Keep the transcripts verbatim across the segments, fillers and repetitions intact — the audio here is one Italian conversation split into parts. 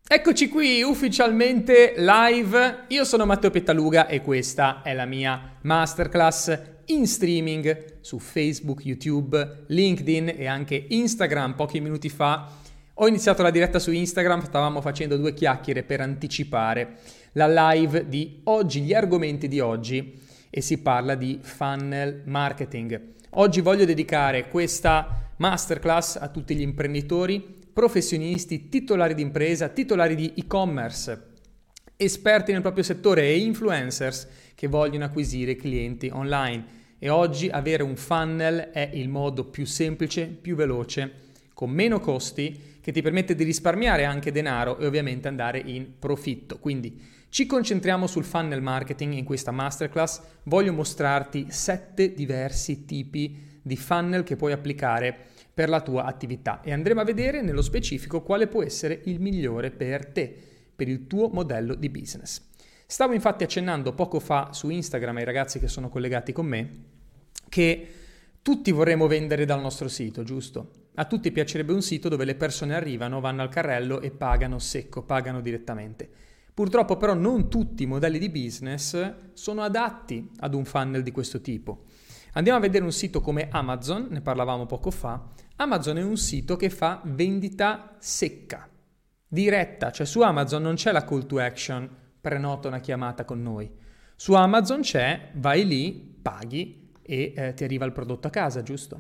Eccoci qui ufficialmente live, io sono Matteo Pittaluga e questa è la mia masterclass in streaming su Facebook, YouTube, LinkedIn e anche Instagram. Pochi minuti fa ho iniziato la diretta su Instagram, stavamo facendo due chiacchiere per anticipare la live di oggi, gli argomenti di oggi, e si parla di funnel marketing. Oggi voglio dedicare questa masterclass a tutti gli imprenditori, professionisti, titolari di impresa, titolari di e-commerce, esperti nel proprio settore e influencers che vogliono acquisire clienti online. E oggi avere un funnel è il modo più semplice, più veloce, con meno costi, che ti permette di risparmiare anche denaro e ovviamente andare in profitto. Quindi ci concentriamo sul funnel marketing in questa masterclass. Voglio mostrarti sette diversi tipi di funnel che puoi applicare per la tua attività e andremo a vedere nello specifico quale può essere il migliore per te, per il tuo modello di business. Stavo infatti accennando poco fa su Instagram ai ragazzi che sono collegati con me che tutti vorremmo vendere dal nostro sito, giusto? A tutti piacerebbe un sito dove le persone arrivano, vanno al carrello e pagano secco, pagano direttamente. Purtroppo però non tutti i modelli di business sono adatti ad un funnel di questo tipo. Andiamo a vedere un sito come Amazon, ne parlavamo poco fa. Amazon è un sito che fa vendita secca, diretta, cioè su Amazon non c'è la call to action, prenota una chiamata con noi. Su Amazon c'è, vai lì, paghi e eh, ti arriva il prodotto a casa, giusto?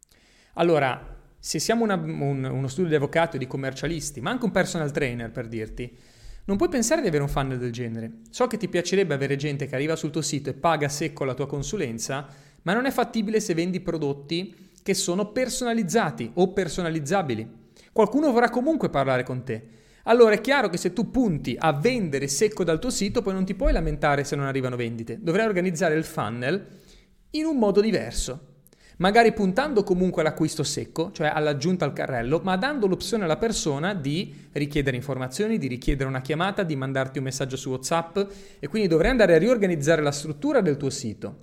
Allora, se siamo una, un, uno studio di avvocati o di commercialisti, ma anche un personal trainer per dirti, non puoi pensare di avere un funnel del genere. So che ti piacerebbe avere gente che arriva sul tuo sito e paga secco la tua consulenza, ma non è fattibile se vendi prodotti che sono personalizzati o personalizzabili. Qualcuno vorrà comunque parlare con te. Allora è chiaro che se tu punti a vendere secco dal tuo sito, poi non ti puoi lamentare se non arrivano vendite. Dovrai organizzare il funnel in un modo diverso. Magari puntando comunque all'acquisto secco, cioè all'aggiunta al carrello, ma dando l'opzione alla persona di richiedere informazioni, di richiedere una chiamata, di mandarti un messaggio su WhatsApp, e quindi dovrai andare a riorganizzare la struttura del tuo sito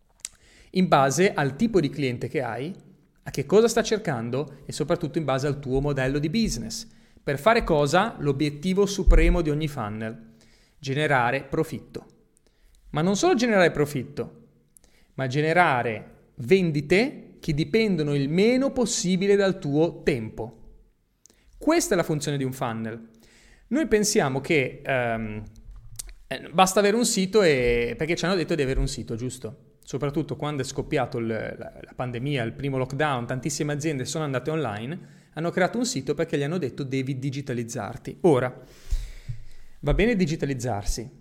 in base al tipo di cliente che hai, a che cosa sta cercando e soprattutto in base al tuo modello di business. Per fare cosa? L'obiettivo supremo di ogni funnel: generare profitto. Ma non solo generare profitto, ma generare vendite che dipendono il meno possibile dal tuo tempo. Questa è la funzione di un funnel. Noi pensiamo che um, basta avere un sito e perché ci hanno detto di avere un sito, giusto? Soprattutto quando è scoppiato il, la, la pandemia, il primo lockdown, tantissime aziende sono andate online, hanno creato un sito perché gli hanno detto devi digitalizzarti. Ora, va bene digitalizzarsi,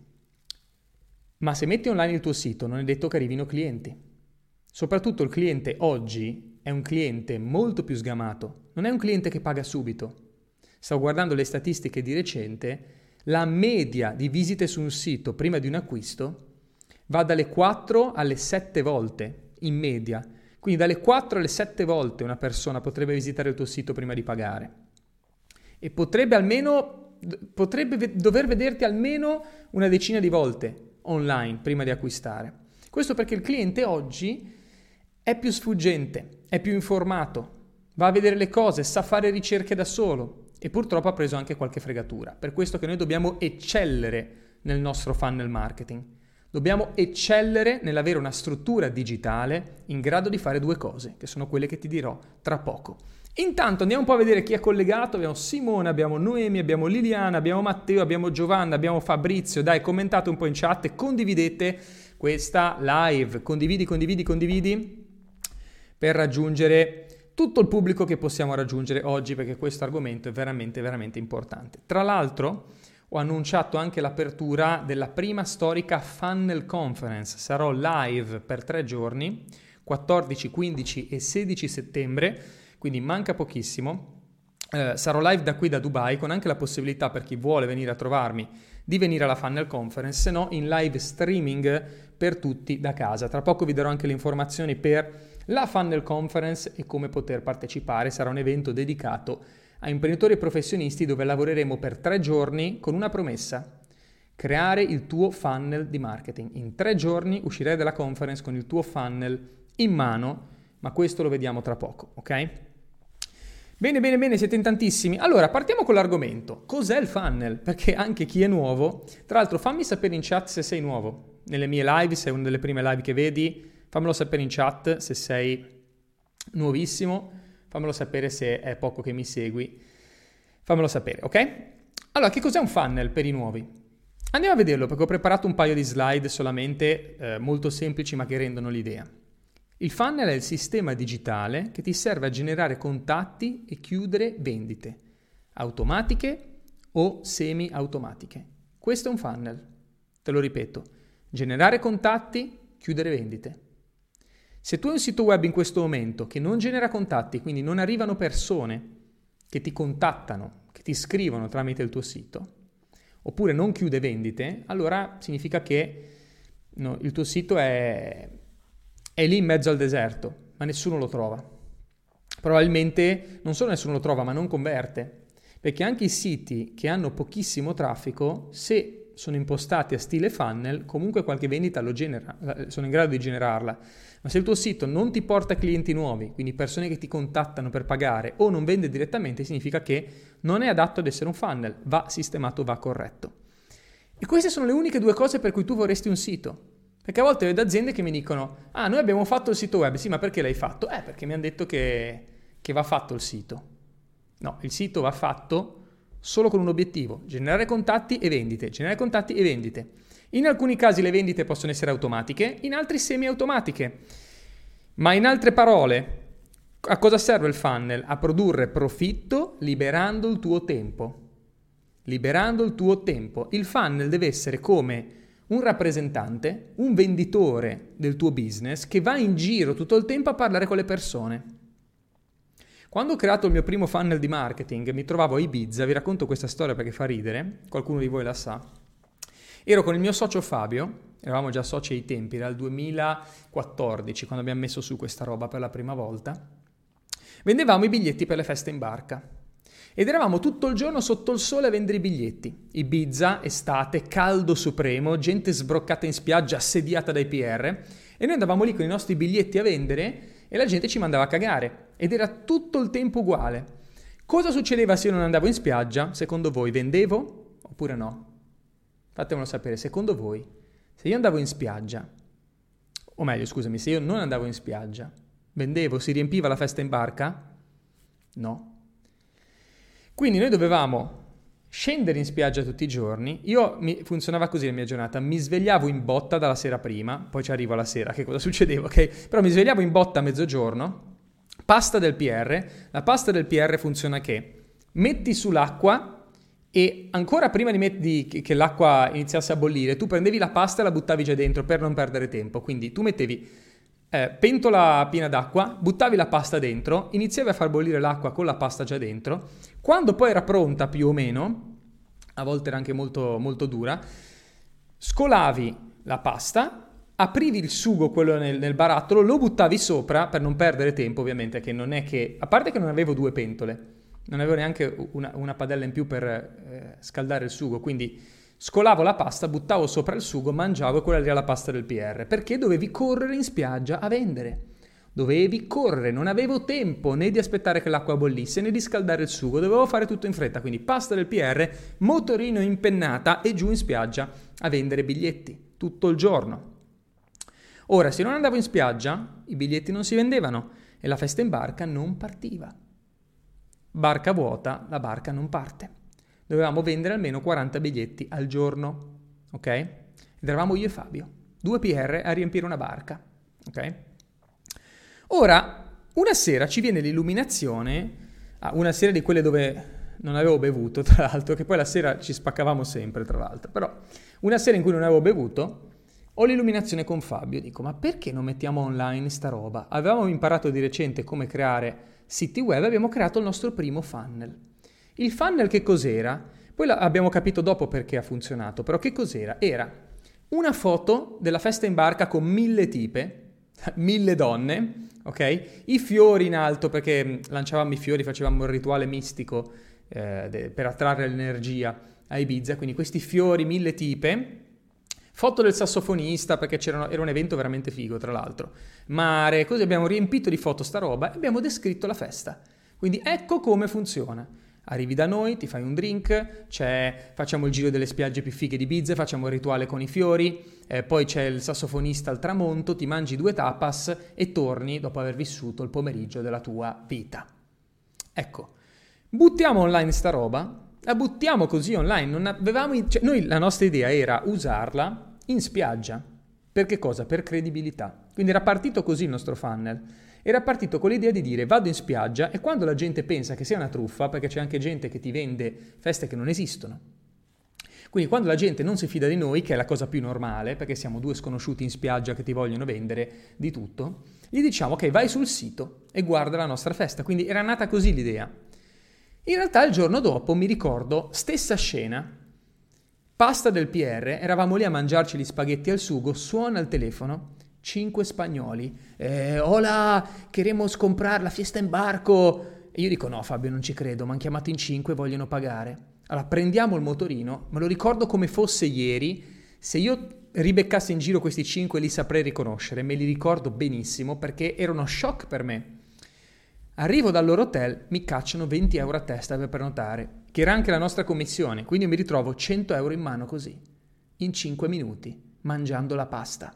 ma se metti online il tuo sito non è detto che arrivino clienti. Soprattutto il cliente oggi è un cliente molto più sgamato, non è un cliente che paga subito. Stavo guardando le statistiche di recente, la media di visite su un sito prima di un acquisto va dalle quattro alle sette volte in media. Quindi dalle quattro alle sette volte una persona potrebbe visitare il tuo sito prima di pagare. E potrebbe almeno potrebbe ve- dover vederti almeno una decina di volte online prima di acquistare. Questo perché il cliente oggi è più sfuggente, è più informato, va a vedere le cose, sa fare ricerche da solo e purtroppo ha preso anche qualche fregatura. Per questo che noi dobbiamo eccellere nel nostro funnel marketing. Dobbiamo eccellere nell'avere una struttura digitale in grado di fare due cose, che sono quelle che ti dirò tra poco. Intanto andiamo un po' a vedere chi è collegato. Abbiamo Simone, abbiamo Noemi, abbiamo Liliana, abbiamo Matteo, abbiamo Giovanna, abbiamo Fabrizio. Dai, commentate un po' in chat e condividete questa live. Condividi, condividi, condividi per raggiungere tutto il pubblico che possiamo raggiungere oggi, perché questo argomento è veramente, veramente importante. Tra l'altro ho annunciato anche l'apertura della prima storica Funnel Conference. Sarò live per tre giorni, quattordici, quindici e sedici settembre, quindi manca pochissimo. Eh, sarò live da qui da Dubai, con anche la possibilità per chi vuole venire a trovarmi di venire alla Funnel Conference, se no in live streaming per tutti da casa. Tra poco vi darò anche le informazioni per la Funnel Conference e come poter partecipare. Sarà un evento dedicato a imprenditori e professionisti dove lavoreremo per tre giorni con una promessa: creare il tuo funnel di marketing. In tre giorni uscirai dalla conference con il tuo funnel in mano, ma questo lo vediamo tra poco, ok? Bene, bene, bene, siete in tantissimi. Allora, partiamo con l'argomento. Cos'è il funnel? Perché anche chi è nuovo, tra l'altro fammi sapere in chat se sei nuovo. Nelle mie live, se è una delle prime live che vedi, fammelo sapere in chat se sei nuovissimo, fammelo sapere se è poco che mi segui, fammelo sapere, ok? Allora, che cos'è un funnel per i nuovi? Andiamo a vederlo perché ho preparato un paio di slide solamente eh, molto semplici ma che rendono l'idea. Il funnel è il sistema digitale che ti serve a generare contatti e chiudere vendite, automatiche o semi-automatiche. Questo è un funnel. Te lo ripeto, generare contatti, chiudere vendite. Se tu hai un sito web in questo momento che non genera contatti, quindi non arrivano persone che ti contattano, che ti scrivono tramite il tuo sito, oppure non chiude vendite, allora significa che no, il tuo sito è... è lì in mezzo al deserto, ma nessuno lo trova. Probabilmente non solo nessuno lo trova, ma non converte, perché anche i siti che hanno pochissimo traffico, se sono impostati a stile funnel, comunque qualche vendita lo genera, sono in grado di generarla. Ma se il tuo sito non ti porta clienti nuovi, quindi persone che ti contattano per pagare o non vende direttamente, significa che non è adatto ad essere un funnel, va sistemato, va corretto. E queste sono le uniche due cose per cui tu vorresti un sito. Perché a volte vedo aziende che mi dicono ah, noi abbiamo fatto il sito web. Sì, ma perché l'hai fatto? Eh, perché mi hanno detto che, che va fatto il sito. No, il sito va fatto solo con un obiettivo, generare contatti e vendite, generare contatti e vendite. In alcuni casi le vendite possono essere automatiche, in altri semi-automatiche. Ma in altre parole, a cosa serve il funnel? A produrre profitto liberando il tuo tempo. Liberando il tuo tempo. Il funnel deve essere come un rappresentante, un venditore del tuo business che va in giro tutto il tempo a parlare con le persone. Quando ho creato il mio primo funnel di marketing, mi trovavo a Ibiza, vi racconto questa storia perché fa ridere, qualcuno di voi la sa. Ero con il mio socio Fabio, eravamo già soci ai tempi, era il duemilaquattordici quando abbiamo messo su questa roba per la prima volta. Vendevamo i biglietti per le feste in barca. Ed eravamo tutto il giorno sotto il sole a vendere i biglietti. Ibiza, estate, caldo supremo, gente sbroccata in spiaggia, assediata dai P R. E noi andavamo lì con i nostri biglietti a vendere e la gente ci mandava a cagare. Ed era tutto il tempo uguale. Cosa succedeva se io non andavo in spiaggia? Secondo voi vendevo oppure no? Fatemelo sapere, secondo voi, se io andavo in spiaggia, o meglio scusami, se io non andavo in spiaggia, vendevo, si riempiva la festa in barca? No. Quindi noi dovevamo scendere in spiaggia tutti i giorni. Io mi, funzionava così la mia giornata, mi svegliavo in botta dalla sera prima, poi ci arrivo alla sera, che cosa succedeva, ok? Però mi svegliavo in botta a mezzogiorno, pasta del P R, la pasta del P R funziona che metti sull'acqua e ancora prima di, met- di che l'acqua iniziasse a bollire, tu prendevi la pasta e la buttavi già dentro per non perdere tempo, quindi tu mettevi Eh, pentola piena d'acqua, buttavi la pasta dentro, iniziavi a far bollire l'acqua con la pasta già dentro, quando poi era pronta più o meno, a volte era anche molto, molto dura, scolavi la pasta, aprivi il sugo, quello nel, nel barattolo, lo buttavi sopra per non perdere tempo ovviamente, che non è che, a parte che non avevo due pentole, non avevo neanche una, una padella in più per eh, scaldare il sugo, quindi scolavo la pasta, buttavo sopra il sugo, mangiavo e quella era la pasta del P R. Perché dovevi correre in spiaggia a vendere. Dovevi correre, non avevo tempo né di aspettare che l'acqua bollisse né di scaldare il sugo, dovevo fare tutto in fretta. Quindi pasta del P R, motorino in pennata e giù in spiaggia a vendere biglietti tutto il giorno. Ora, se non andavo in spiaggia, i biglietti non si vendevano e la festa in barca non partiva. Barca vuota, la barca non parte. Dovevamo vendere almeno quaranta biglietti al giorno, ok? Ed eravamo io e Fabio, due P R a riempire una barca, ok? Ora, una sera ci viene l'illuminazione, ah, una sera di quelle dove non avevo bevuto, tra l'altro, che poi la sera ci spaccavamo sempre, tra l'altro, però una sera in cui non avevo bevuto, ho l'illuminazione con Fabio, dico, ma perché non mettiamo online sta roba? Avevamo imparato di recente come creare siti web, abbiamo creato il nostro primo funnel. Il funnel che cos'era? Poi abbiamo capito dopo perché ha funzionato, però che cos'era? Era una foto della festa in barca con mille tipe, mille donne, ok? I fiori in alto perché lanciavamo i fiori, facevamo il rituale mistico eh, de, per attrarre l'energia a Ibiza, quindi questi fiori, mille tipe, foto del sassofonista perché c'era, era un evento veramente figo tra l'altro, mare, così abbiamo riempito di foto sta roba e abbiamo descritto la festa. Quindi ecco come funziona. Arrivi da noi, ti fai un drink, c'è, facciamo il giro delle spiagge più fighe di Ibiza, facciamo il rituale con i fiori, eh, poi c'è il sassofonista al tramonto, ti mangi due tapas e torni dopo aver vissuto il pomeriggio della tua vita. Ecco, buttiamo online sta roba, la buttiamo così online. Non avevamo, cioè, noi la nostra idea era usarla in spiaggia. Per che cosa? Per credibilità. Quindi era partito così il nostro funnel. Era partito con l'idea di dire vado in spiaggia e quando la gente pensa che sia una truffa, perché c'è anche gente che ti vende feste che non esistono. Quindi quando la gente non si fida di noi, che è la cosa più normale, perché siamo due sconosciuti in spiaggia che ti vogliono vendere di tutto, gli diciamo ok, vai sul sito e guarda la nostra festa. Quindi era nata così l'idea. In realtà il giorno dopo mi ricordo, stessa scena, pasta del P R, eravamo lì a mangiarci gli spaghetti al sugo, suona il telefono, cinque spagnoli, eh, hola, queremos comprar la fiesta in barco. E io dico no Fabio, non ci credo, mi hanno chiamato in cinque, vogliono pagare. Allora prendiamo il motorino, me lo ricordo come fosse ieri, se io ribeccassi in giro questi cinque li saprei riconoscere, me li ricordo benissimo perché era uno shock per me. Arrivo dal loro hotel, mi cacciano venti euro a testa per prenotare, che era anche la nostra commissione, quindi io mi ritrovo cento euro in mano così, in cinque minuti, mangiando la pasta.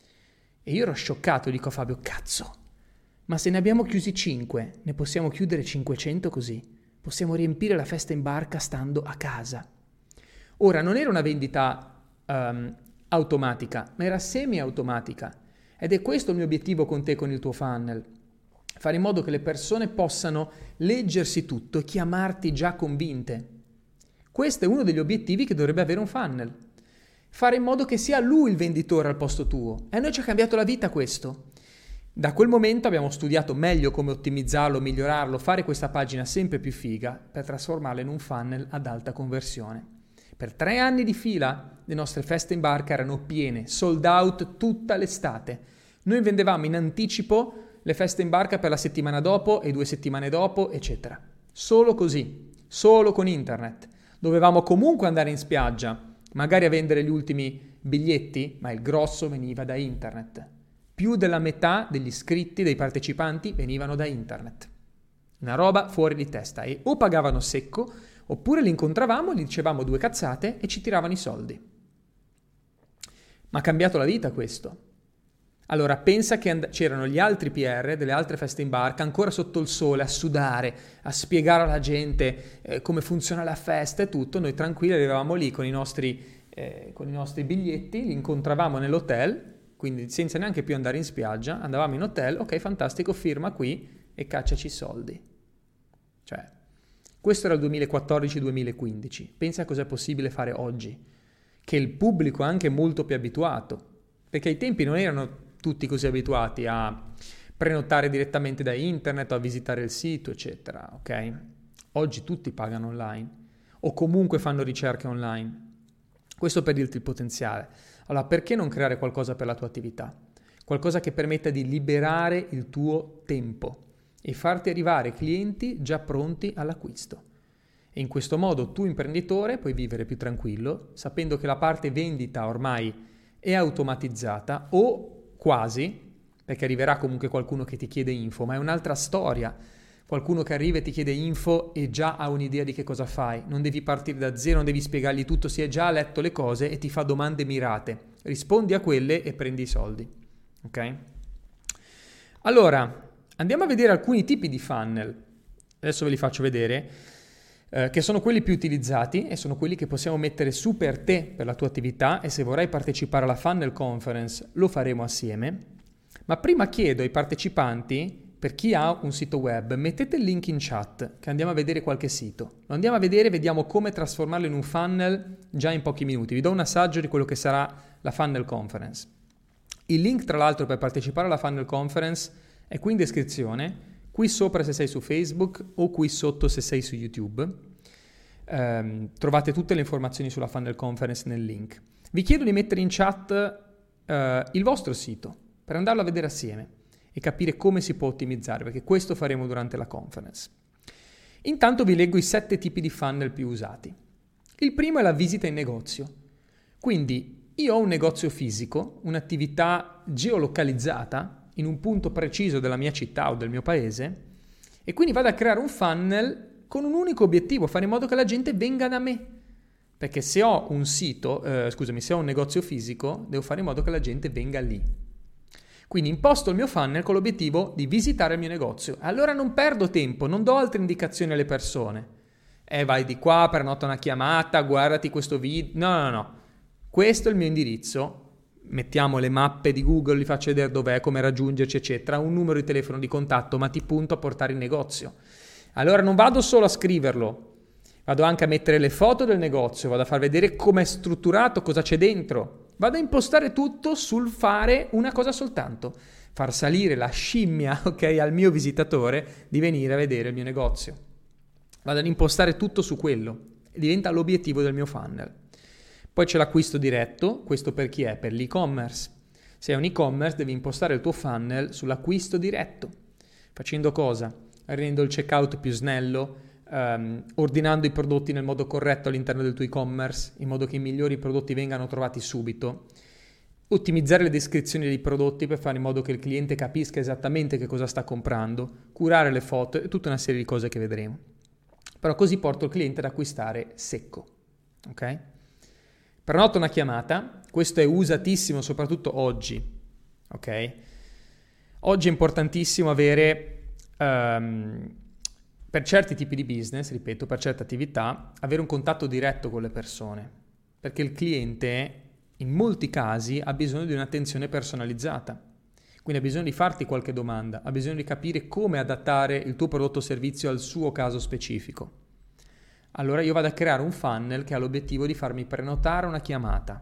E io ero scioccato, dico a Fabio, cazzo, ma se ne abbiamo chiusi cinque, ne possiamo chiudere cinquecento così? Possiamo riempire la festa in barca stando a casa. Ora, non era una vendita um, automatica, ma era semi-automatica. Ed è questo il mio obiettivo con te, con il tuo funnel. Fare in modo che le persone possano leggersi tutto e chiamarti già convinte. Questo è uno degli obiettivi che dovrebbe avere un funnel. Fare in modo che sia lui il venditore al posto tuo. E a noi ci ha cambiato la vita questo. Da quel momento abbiamo studiato meglio come ottimizzarlo, migliorarlo, fare questa pagina sempre più figa per trasformarla in un funnel ad alta conversione. Per tre anni di fila le nostre feste in barca erano piene, sold out tutta l'estate. Noi vendevamo in anticipo le feste in barca per la settimana dopo e due settimane dopo, eccetera. Solo così, solo con internet. Dovevamo comunque andare in spiaggia, magari a vendere gli ultimi biglietti, ma il grosso veniva da internet. Più della metà degli iscritti, dei partecipanti, venivano da internet. Una roba fuori di testa. E o pagavano secco, oppure li incontravamo, gli dicevamo due cazzate e ci tiravano i soldi. Ma ha cambiato la vita questo. Allora pensa che and- c'erano gli altri P R, delle altre feste in barca, ancora sotto il sole, a sudare, a spiegare alla gente eh, come funziona la festa e tutto. Noi tranquilli arrivavamo lì con i nostri, eh, con i nostri biglietti, li incontravamo nell'hotel, quindi senza neanche più andare in spiaggia, andavamo in hotel, ok fantastico, firma qui e cacciaci i soldi. Cioè, questo era il duemilaquattordici duemilaquindici. Pensa a cosa è possibile fare oggi, che il pubblico è anche molto più abituato, perché ai tempi non erano tutti così abituati a prenotare direttamente da internet o a visitare il sito, eccetera, ok? Oggi tutti pagano online o comunque fanno ricerche online. Questo per dirti il potenziale. Allora, perché non creare qualcosa per la tua attività? Qualcosa che permetta di liberare il tuo tempo e farti arrivare clienti già pronti all'acquisto. E in questo modo tu, imprenditore, puoi vivere più tranquillo, sapendo che la parte vendita ormai è automatizzata o quasi, perché arriverà comunque qualcuno che ti chiede info, ma è un'altra storia. Qualcuno che arriva e ti chiede info e già ha un'idea di che cosa fai. Non devi partire da zero, non devi spiegargli tutto, si è già letto le cose e ti fa domande mirate. Rispondi a quelle e prendi i soldi. Ok? Allora, andiamo a vedere alcuni tipi di funnel. Adesso ve li faccio vedere, eh, che sono quelli più utilizzati e sono quelli che possiamo mettere su per te, per la tua attività, e se vorrai partecipare alla Funnel Conference lo faremo assieme. Ma prima chiedo ai partecipanti, per chi ha un sito web, mettete il link in chat che andiamo a vedere qualche sito. Lo andiamo a vedere e vediamo come trasformarlo in un funnel già in pochi minuti. Vi do un assaggio di quello che sarà la Funnel Conference. Il link, tra l'altro, per partecipare alla Funnel Conference è qui in descrizione, qui sopra se sei su Facebook o qui sotto se sei su YouTube. Um, trovate tutte le informazioni sulla Funnel Conference nel link. Vi chiedo di mettere in chat uh, il vostro sito per andarlo a vedere assieme e capire come si può ottimizzare, perché questo faremo durante la conference. Intanto vi leggo i sette tipi di funnel più usati. Il primo è la visita in negozio. Quindi io ho un negozio fisico, un'attività geolocalizzata in un punto preciso della mia città o del mio paese, E quindi vado a creare un funnel con un unico obiettivo, fare in modo che la gente venga da me. Perché se ho un sito, eh, scusami, se ho un negozio fisico, devo fare in modo che la gente venga lì. Quindi imposto il mio funnel con l'obiettivo di visitare il mio negozio. Allora non perdo tempo, non do altre indicazioni alle persone. Eh, vai di qua, prenota una chiamata, guardati questo video. No, no, no. Questo è il mio indirizzo. Mettiamo le mappe di Google, vi faccio vedere dov'è, come raggiungerci, eccetera. Un numero di telefono di contatto, ma ti punto a portare in negozio. Allora non vado solo a scriverlo. Vado anche a mettere le foto del negozio, vado a far vedere come è strutturato, cosa c'è dentro. Vado a impostare tutto sul fare una cosa soltanto, far salire la scimmia, ok, al mio visitatore di venire a vedere il mio negozio. Vado ad impostare tutto su quello, diventa l'obiettivo del mio funnel. Poi c'è l'acquisto diretto, questo per chi è? Per l'e-commerce. Se è un e-commerce devi impostare il tuo funnel sull'acquisto diretto. Facendo cosa? Rendendo il checkout più snello, Um, ordinando i prodotti nel modo corretto all'interno del tuo e-commerce, in modo che i migliori prodotti vengano trovati subito, ottimizzare le descrizioni dei prodotti per fare in modo che il cliente capisca esattamente che cosa sta comprando, curare le foto e tutta una serie di cose che vedremo. Però così porto il cliente ad acquistare secco, ok? Prenota una chiamata, questo è usatissimo soprattutto oggi, ok? Oggi è importantissimo avere um, per certi tipi di business, ripeto, per certe attività, avere un contatto diretto con le persone, perché il cliente in molti casi ha bisogno di un'attenzione personalizzata, quindi ha bisogno di farti qualche domanda, ha bisogno di capire come adattare il tuo prodotto o servizio al suo caso specifico. Allora io vado a creare un funnel che ha l'obiettivo di farmi prenotare una chiamata.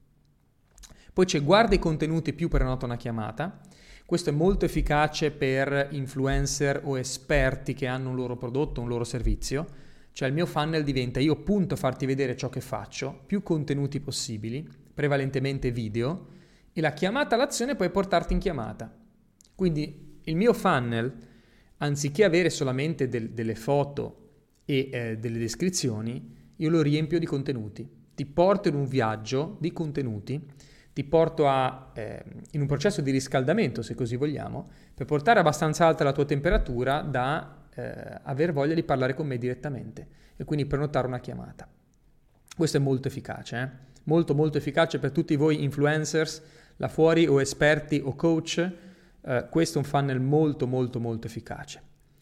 Poi c'è guarda i contenuti più prenota una chiamata. Questo è molto efficace per influencer o esperti che hanno un loro prodotto, un loro servizio. Cioè il mio funnel diventa io punto a farti vedere ciò che faccio, più contenuti possibili, prevalentemente video, e la chiamata all'azione puoi portarti in chiamata. Quindi il mio funnel, anziché avere solamente del, delle foto e eh, delle descrizioni, io lo riempio di contenuti. Ti porto in un viaggio di contenuti, ti porto a, eh, in un processo di riscaldamento, se così vogliamo, per portare abbastanza alta la tua temperatura da eh, aver voglia di parlare con me direttamente e quindi prenotare una chiamata. Questo è molto efficace, eh? molto molto efficace per tutti voi influencers là fuori o esperti o coach. Eh, questo è un funnel molto molto molto efficace.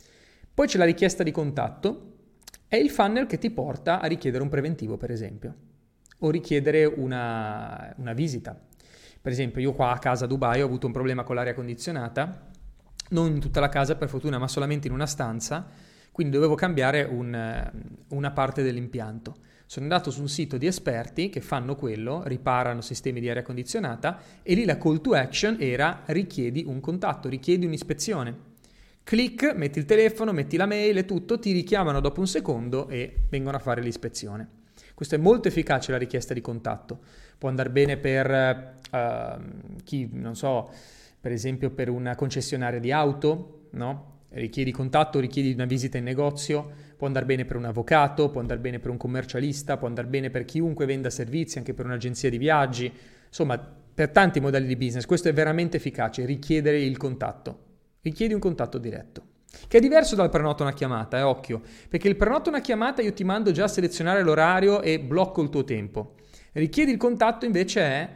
Poi c'è la richiesta di contatto, è il funnel che ti porta a richiedere un preventivo, per esempio, o richiedere una, una visita. Per esempio io qua a casa a Dubai ho avuto un problema con l'aria condizionata, non in tutta la casa per fortuna, ma solamente in una stanza, quindi dovevo cambiare un, una parte dell'impianto. Sono andato su un sito di esperti che fanno quello, riparano sistemi di aria condizionata, e lì la call to action era richiedi un contatto, richiedi un'ispezione. Clic, metti il telefono, metti la mail e tutto, ti richiamano dopo un secondo e vengono a fare l'ispezione. Questo è molto efficace, la richiesta di contatto. Può andare bene per uh, chi, non so, per esempio per una concessionaria di auto, no? Richiedi contatto, richiedi una visita in negozio, può andare bene per un avvocato, può andare bene per un commercialista, può andare bene per chiunque venda servizi, anche per un'agenzia di viaggi, insomma, per tanti modelli di business. Questo è veramente efficace, richiedere il contatto. Richiedi un contatto diretto. Che è diverso dal prenota una chiamata, eh, occhio, perché il prenota una chiamata io ti mando già a selezionare l'orario e blocco il tuo tempo. Richiedi il contatto invece è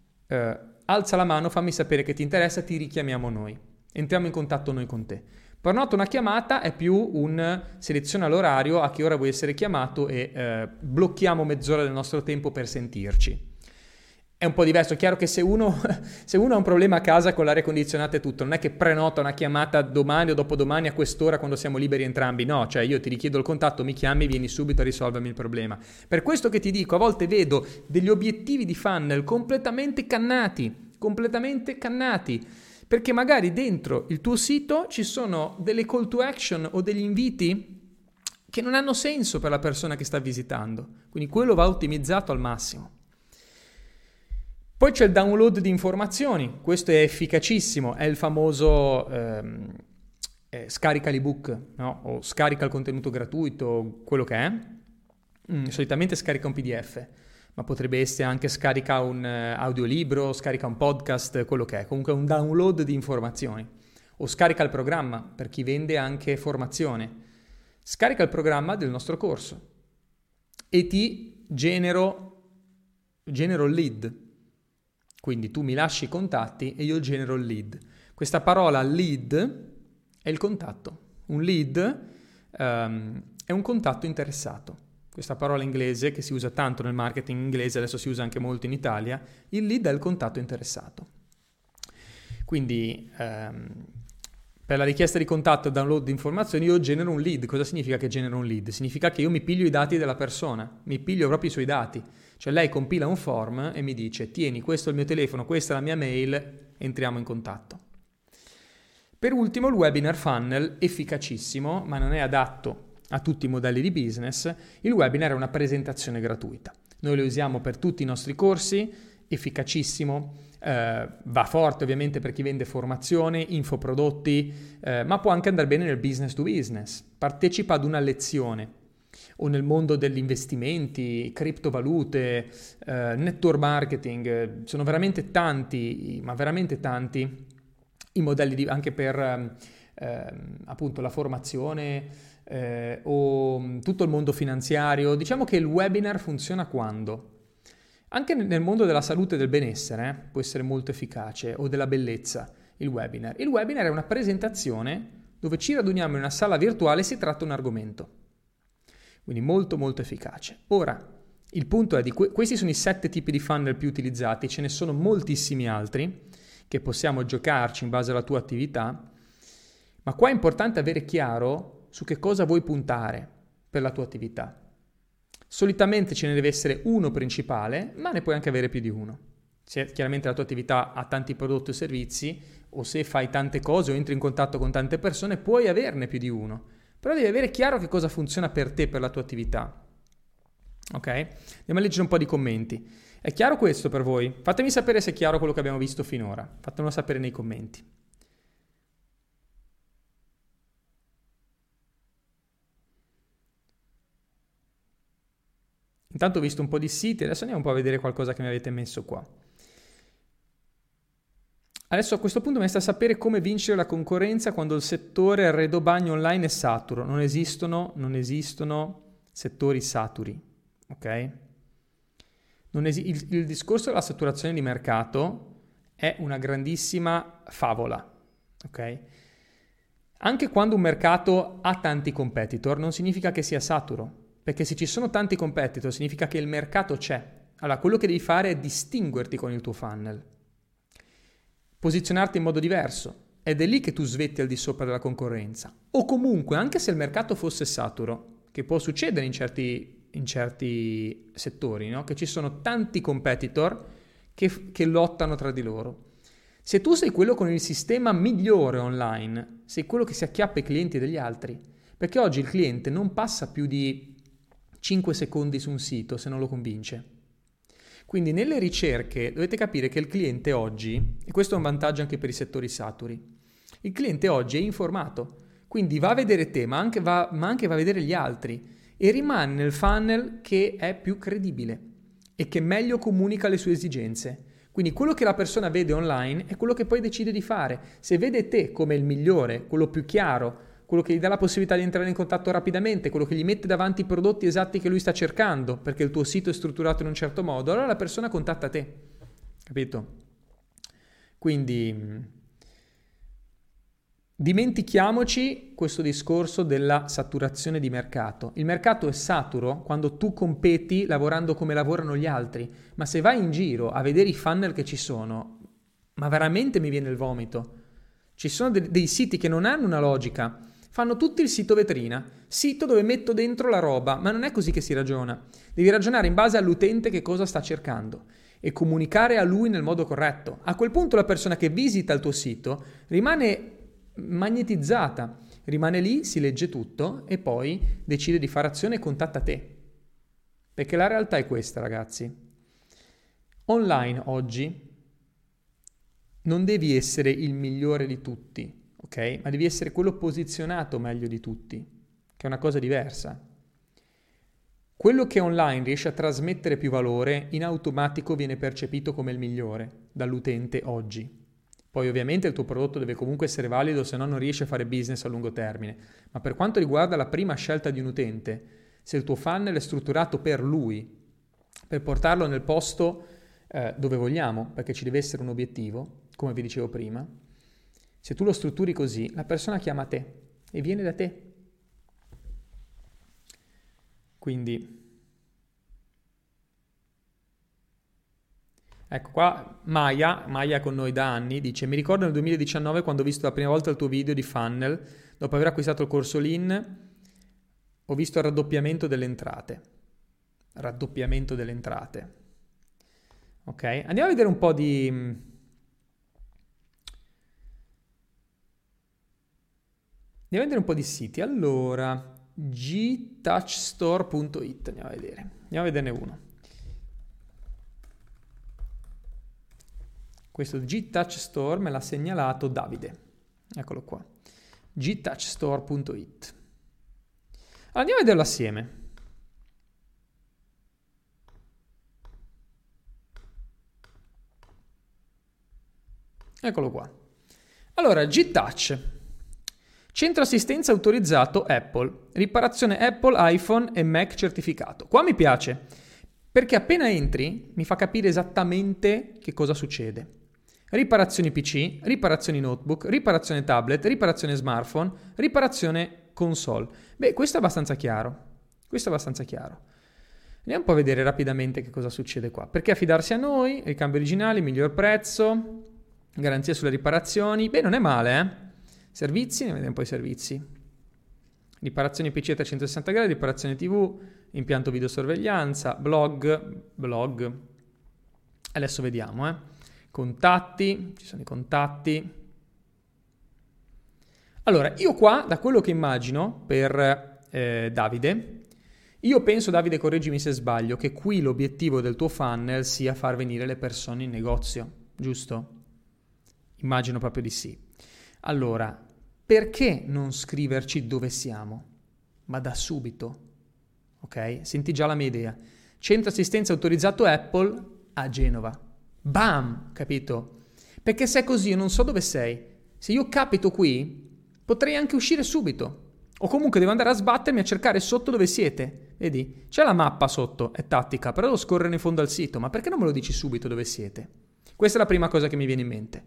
eh, alza la mano, fammi sapere che ti interessa, ti richiamiamo noi. Entriamo in contatto noi con te. Prenota una chiamata è più un seleziona l'orario, a che ora vuoi essere chiamato e eh, blocchiamo mezz'ora del nostro tempo per sentirci. È un po' diverso, è chiaro che se uno, se uno ha un problema a casa con l'aria condizionata e tutto, non è che prenota una chiamata domani o dopodomani a quest'ora quando siamo liberi entrambi, no, cioè io ti richiedo il contatto, mi chiami, vieni subito a risolvermi il problema. Per questo che ti dico, a volte vedo degli obiettivi di funnel completamente cannati, completamente cannati, perché magari dentro il tuo sito ci sono delle call to action o degli inviti che non hanno senso per la persona che sta visitando, quindi quello va ottimizzato al massimo. Poi c'è il download di informazioni, questo è efficacissimo, è il famoso ehm, eh, scarica l'ebook, no? O scarica il contenuto gratuito, quello che è. Mm, solitamente scarica un P D F, ma potrebbe essere anche scarica un uh, audiolibro, scarica un podcast, quello che è. Comunque un download di informazioni. O scarica il programma, per chi vende anche formazione. Scarica il programma del nostro corso e ti genero, genero il lead. Quindi tu mi lasci i contatti e io genero il lead. Questa parola lead è il contatto. Un lead um, è un contatto interessato. Questa parola inglese che si usa tanto nel marketing inglese, adesso si usa anche molto in Italia, il lead è il contatto interessato. Quindi um, per la richiesta di contatto e download di informazioni io genero un lead. Cosa significa che genero un lead? Significa che io mi piglio i dati della persona, mi piglio proprio i suoi dati. Cioè lei compila un form e mi dice tieni, questo è il mio telefono, questa è la mia mail, entriamo in contatto. Per ultimo il webinar funnel, efficacissimo, ma non è adatto a tutti i modelli di business. Il webinar è una presentazione gratuita. Noi lo usiamo per tutti i nostri corsi, efficacissimo, eh, va forte ovviamente per chi vende formazione, infoprodotti, eh, ma può anche andare bene nel business to business. Partecipa ad una lezione o nel mondo degli investimenti, criptovalute, eh, network marketing, sono veramente tanti, ma veramente tanti i modelli di, anche per eh, appunto la formazione eh, o tutto il mondo finanziario. Diciamo che il webinar funziona quando? Anche nel mondo della salute e del benessere eh, può essere molto efficace, o della bellezza il webinar. Il webinar è una presentazione dove ci raduniamo in una sala virtuale e si tratta un argomento. Quindi molto molto efficace. Ora, il punto è di que- questi sono i sette tipi di funnel più utilizzati, ce ne sono moltissimi altri che possiamo giocarci in base alla tua attività, ma qua è importante avere chiaro su che cosa vuoi puntare per la tua attività. Solitamente ce ne deve essere uno principale, ma ne puoi anche avere più di uno. Se chiaramente la tua attività ha tanti prodotti o servizi, o se fai tante cose o entri in contatto con tante persone, puoi averne più di uno. Però devi avere chiaro che cosa funziona per te, per la tua attività. Ok? Andiamo a leggere un po' di commenti. È chiaro questo per voi? Fatemi sapere se è chiaro quello che abbiamo visto finora. Fatemelo sapere nei commenti. Intanto ho visto un po' di siti, adesso andiamo un po' a vedere qualcosa che mi avete messo qua. Adesso a questo punto mi sta a sapere come vincere la concorrenza quando il settore arredo bagno online è saturo. Non esistono, non esistono settori saturi, ok? Non esi- il, il discorso della saturazione di mercato è una grandissima favola, ok? Anche quando un mercato ha tanti competitor non significa che sia saturo, perché se ci sono tanti competitor significa che il mercato c'è. Allora quello che devi fare è distinguerti con il tuo funnel, posizionarti in modo diverso, ed è lì che tu svetti al di sopra della concorrenza. O comunque, anche se il mercato fosse saturo, che può succedere in certi, in certi settori, no? Che ci sono tanti competitor che, che lottano tra di loro. Se tu sei quello con il sistema migliore online, sei quello che si acchiappa i clienti degli altri, perché oggi il cliente non passa più di cinque secondi su un sito se non lo convince. Quindi nelle ricerche dovete capire che il cliente oggi, e questo è un vantaggio anche per i settori saturi, il cliente oggi è informato, quindi va a vedere te, ma anche va, ma anche va a vedere gli altri, e rimane nel funnel che è più credibile e che meglio comunica le sue esigenze. Quindi quello che la persona vede online è quello che poi decide di fare. Se vede te come il migliore, quello più chiaro, quello che gli dà la possibilità di entrare in contatto rapidamente, quello che gli mette davanti i prodotti esatti che lui sta cercando, perché il tuo sito è strutturato in un certo modo, allora la persona contatta te, capito? Quindi dimentichiamoci questo discorso della saturazione di mercato. Il mercato è saturo quando tu competi lavorando come lavorano gli altri, ma se vai in giro a vedere i funnel che ci sono, ma veramente mi viene il vomito. Ci sono de- dei siti che non hanno una logica. Fanno tutti il sito vetrina, sito dove metto dentro la roba, ma non è così che si ragiona. Devi ragionare in base all'utente che cosa sta cercando e comunicare a lui nel modo corretto. A quel punto la persona che visita il tuo sito rimane magnetizzata, rimane lì, si legge tutto e poi decide di fare azione e contatta te. Perché la realtà è questa, ragazzi. Online oggi non devi essere il migliore di tutti. Ok? Ma devi essere quello posizionato meglio di tutti, che è una cosa diversa. Quello che online riesce a trasmettere più valore, in automatico viene percepito come il migliore dall'utente oggi. Poi ovviamente il tuo prodotto deve comunque essere valido, se no non riesci a fare business a lungo termine. Ma per quanto riguarda la prima scelta di un utente, se il tuo funnel è strutturato per lui, per portarlo nel posto eh, dove vogliamo, perché ci deve essere un obiettivo, come vi dicevo prima, se tu lo strutturi così, la persona chiama te e viene da te. Quindi, ecco qua, Maya, Maya con noi da anni, dice: mi ricordo nel duemiladiciannove quando ho visto la prima volta il tuo video di funnel, dopo aver acquistato il corso Lean, ho visto il raddoppiamento delle entrate. Raddoppiamento delle entrate. Ok, andiamo a vedere un po' di... Andiamo a vedere un po' di siti. Allora, g touch store punto it, andiamo a vedere. Andiamo a vederne uno. Questo G Touch Store me l'ha segnalato Davide. Eccolo qua. g touch store punto it. Allora, andiamo a vederlo assieme. Eccolo qua. Allora, G-Touch. Centro assistenza autorizzato Apple. Riparazione Apple, iPhone e Mac certificato. Qua mi piace, perché appena entri mi fa capire esattamente che cosa succede. Riparazioni P C, riparazioni notebook, riparazione tablet, riparazione smartphone, riparazione console. Beh, questo è abbastanza chiaro. Questo è abbastanza chiaro. Andiamo un po' a vedere rapidamente che cosa succede qua. Perché affidarsi a noi? Ricambio originali, miglior prezzo, garanzia sulle riparazioni. Beh, non è male, eh? Servizi, ne vediamo un po' i servizi. Riparazioni P C a trecentosessanta gradi, riparazione tivù, impianto videosorveglianza, blog, blog. Adesso vediamo, eh. Contatti, ci sono i contatti. Allora, io qua, da quello che immagino per eh, Davide, io penso, Davide, correggimi se sbaglio, che qui l'obiettivo del tuo funnel sia far venire le persone in negozio, giusto? Immagino proprio di sì. Allora, perché non scriverci dove siamo? Ma da subito, ok? Senti già la mia idea. Centro assistenza autorizzato Apple a Genova. Bam! Capito? Perché se è così io non so dove sei. Se io capito qui, potrei anche uscire subito. O comunque devo andare a sbattermi a cercare sotto dove siete. Vedi? C'è la mappa sotto, è tattica, però devo scorrere in fondo al sito. Ma perché non me lo dici subito dove siete? Questa è la prima cosa che mi viene in mente.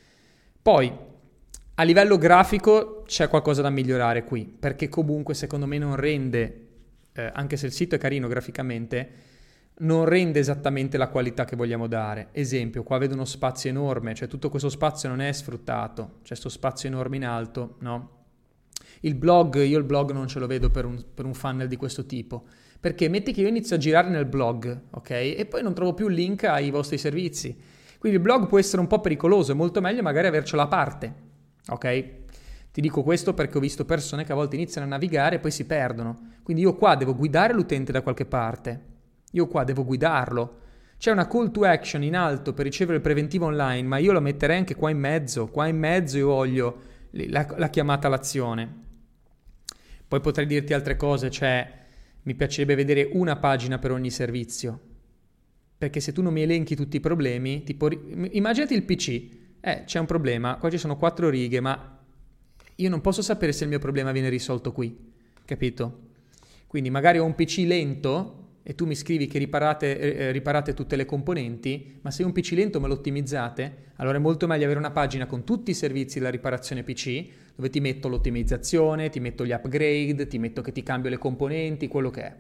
Poi, a livello grafico c'è qualcosa da migliorare qui, perché comunque secondo me non rende, eh, anche se il sito è carino graficamente, non rende esattamente la qualità che vogliamo dare. Esempio, qua vedo uno spazio enorme, cioè tutto questo spazio non è sfruttato, c'è questo spazio enorme in alto, no? Il blog, io il blog non ce lo vedo per un, per un funnel di questo tipo, perché metti che io inizio a girare nel blog, ok? E poi non trovo più il link ai vostri servizi. Quindi il blog può essere un po' pericoloso, è molto meglio magari avercelo a parte, ok? Ti dico questo perché ho visto persone che a volte iniziano a navigare e poi si perdono. Quindi io qua devo guidare l'utente da qualche parte. Io qua devo guidarlo. C'è una call to action in alto per ricevere il preventivo online, ma io lo metterei anche qua in mezzo. Qua in mezzo io voglio la, la chiamata all'azione. Poi potrei dirti altre cose, cioè mi piacerebbe vedere una pagina per ogni servizio. Perché se tu non mi elenchi tutti i problemi, tipo, immaginati il P C. Eh, c'è un problema, qua ci sono quattro righe, ma io non posso sapere se il mio problema viene risolto qui, capito? Quindi magari ho un P C lento e tu mi scrivi che riparate, eh, riparate tutte le componenti, ma se un P C lento me lo ottimizzate, allora è molto meglio avere una pagina con tutti i servizi della riparazione P C, dove ti metto l'ottimizzazione, ti metto gli upgrade, ti metto che ti cambio le componenti, quello che è.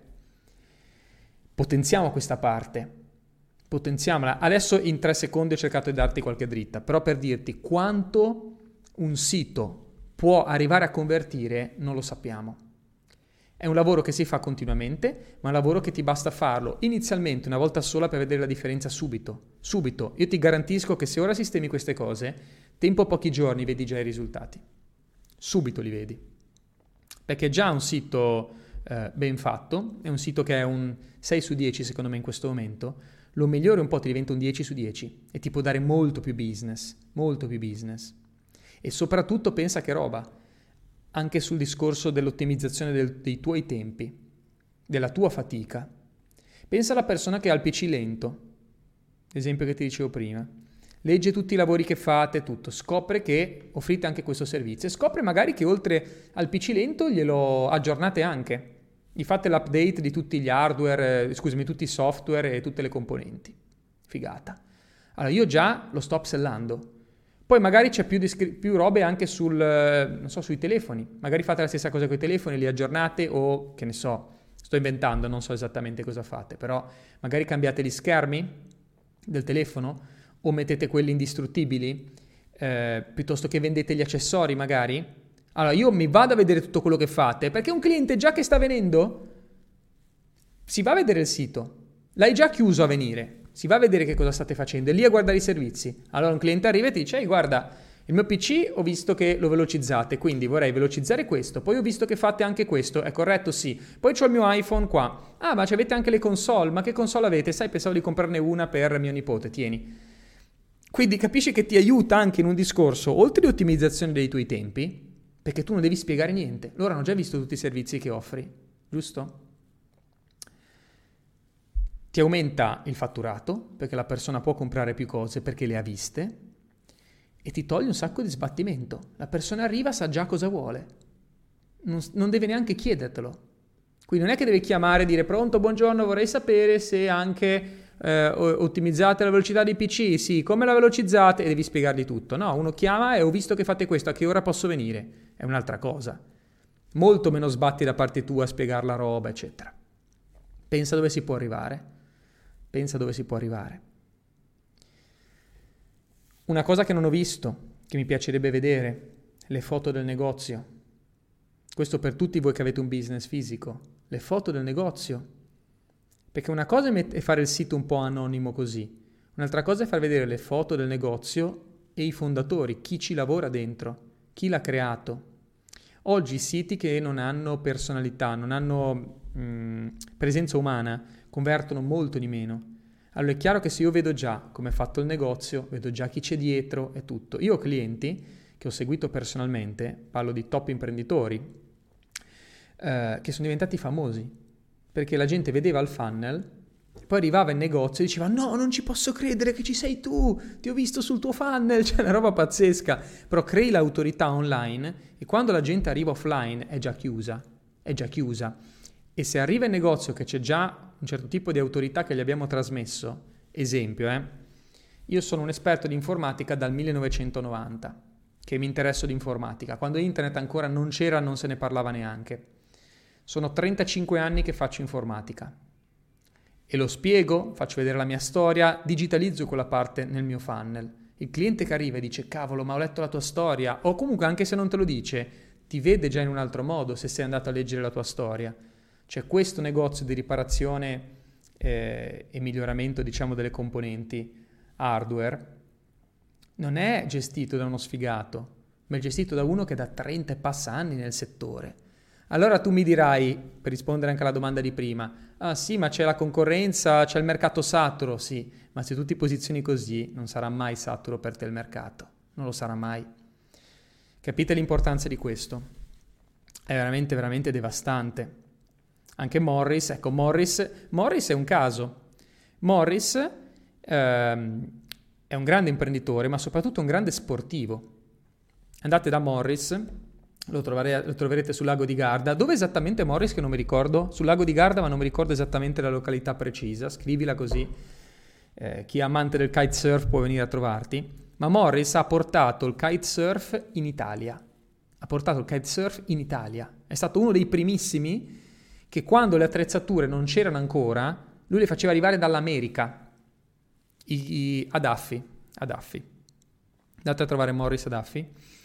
Potenziamo questa parte. Potenziamola. Adesso in tre secondi ho cercato di darti qualche dritta, però per dirti quanto un sito può arrivare a convertire non lo sappiamo. È un lavoro che si fa continuamente, ma è un lavoro che ti basta farlo inizialmente una volta sola per vedere la differenza subito. Subito. Io ti garantisco che se ora sistemi queste cose, tempo pochi giorni vedi già i risultati. Subito li vedi. Perché è già un sito eh, ben fatto, è un sito che è un sei su dieci secondo me in questo momento. Lo migliore un po' ti diventa un dieci su dieci e ti può dare molto più business, molto più business. E soprattutto pensa che roba, anche sul discorso dell'ottimizzazione del, dei tuoi tempi, della tua fatica. Pensa alla persona che ha il P C lento, l'esempio che ti dicevo prima. legge tutti i lavori che fate, tutto, scopre che offrite anche questo servizio e scopre magari che oltre al P C lento glielo aggiornate anche, gli fate l'update di tutti gli hardware, eh, scusami, tutti i software e tutte le componenti. Figata. Allora io già lo sto upsellando. Poi magari c'è più, discri- più robe anche sul, non so, sui telefoni. Magari fate la stessa cosa con i telefoni, li aggiornate o, che ne so, sto inventando, non so esattamente cosa fate, però magari cambiate gli schermi del telefono o mettete quelli indistruttibili, eh, piuttosto che vendete gli accessori magari. Allora io mi vado a vedere tutto quello che fate, perché un cliente già che sta venendo si va a vedere il sito, l'hai già chiuso a venire. Si va a vedere che cosa state facendo, è lì a guardare i servizi. Allora un cliente arriva e ti dice: ehi, guarda, il mio P C ho visto che lo velocizzate, quindi vorrei velocizzare questo. Poi ho visto che fate anche questo, è corretto? Sì. Poi c'ho il mio iPhone qua. Ah, ma avete anche le console? Ma che console avete? Sai, pensavo di comprarne una per mio nipote, tieni. Quindi capisci che ti aiuta anche in un discorso, oltre all'ottimizzazione dei tuoi tempi, perché tu non devi spiegare niente. Loro hanno già visto tutti i servizi che offri, giusto? Ti aumenta il fatturato, perché la persona può comprare più cose perché le ha viste, e ti toglie un sacco di sbattimento. La persona arriva, sa già cosa vuole, non, non deve neanche chiedertelo. Quindi non è che deve chiamare e dire: pronto, buongiorno, vorrei sapere se anche eh, ottimizzate la velocità dei P C, sì, come la velocizzate, e devi spiegargli tutto. No, uno chiama e ho visto che fate questo, a che ora posso venire? È un'altra cosa. Molto meno sbatti da parte tua a spiegare la roba, eccetera. Pensa dove si può arrivare. Pensa dove si può arrivare. Una cosa che non ho visto, che mi piacerebbe vedere, le foto del negozio. Questo per tutti voi che avete un business fisico. Le foto del negozio. Perché una cosa è fare il sito un po' anonimo così. Un'altra cosa è far vedere le foto del negozio e i fondatori, chi ci lavora dentro, chi l'ha creato. Oggi i siti che non hanno personalità, non hanno mh, presenza umana, convertono molto di meno. Allora è chiaro che se io vedo già come è fatto il negozio, vedo già chi c'è dietro e tutto. Io ho clienti che ho seguito personalmente, parlo di top imprenditori, eh, che sono diventati famosi, perché la gente vedeva il funnel, poi arrivava in negozio e diceva: no, non ci posso credere che ci sei tu, ti ho visto sul tuo funnel, c'è una roba pazzesca. Però crei l'autorità online e quando la gente arriva offline è già chiusa, è già chiusa. E se arriva in negozio che c'è già un certo tipo di autorità che gli abbiamo trasmesso, esempio, eh, io sono un esperto di informatica dal millenovecentonovanta, che mi interesso di informatica, quando internet ancora non c'era, non se ne parlava neanche. Sono trentacinque anni che faccio informatica e lo spiego, faccio vedere la mia storia, digitalizzo quella parte nel mio funnel. Il cliente che arriva e dice: cavolo, ma ho letto la tua storia, o comunque anche se non te lo dice, ti vede già in un altro modo se sei andato a leggere la tua storia. C'è questo negozio di riparazione eh, e miglioramento, diciamo, delle componenti hardware, non è gestito da uno sfigato, ma è gestito da uno che da trenta e passa anni nel settore. Allora tu mi dirai, per rispondere anche alla domanda di prima: ah sì, ma c'è la concorrenza, c'è il mercato saturo. Sì, ma se tu ti posizioni così non sarà mai saturo per te il mercato, non lo sarà mai. Capite l'importanza di questo? È veramente, veramente devastante. Anche Morris, ecco, Morris, Morris è un caso. Morris ehm, è un grande imprenditore, ma soprattutto un grande sportivo. Andate da Morris, lo, trovare, lo troverete sul lago di Garda. Dove esattamente Morris, che non mi ricordo? Sul lago di Garda, ma non mi ricordo esattamente la località precisa. Scrivila così. Eh, chi è amante del kitesurf può venire a trovarti. Ma Morris ha portato il kitesurf in Italia. Ha portato il kitesurf in Italia. È stato uno dei primissimi che quando le attrezzature non c'erano ancora, lui le faceva arrivare dall'America, I, i, ad Affi, ad Affi. Andate a trovare Morris ad Affi.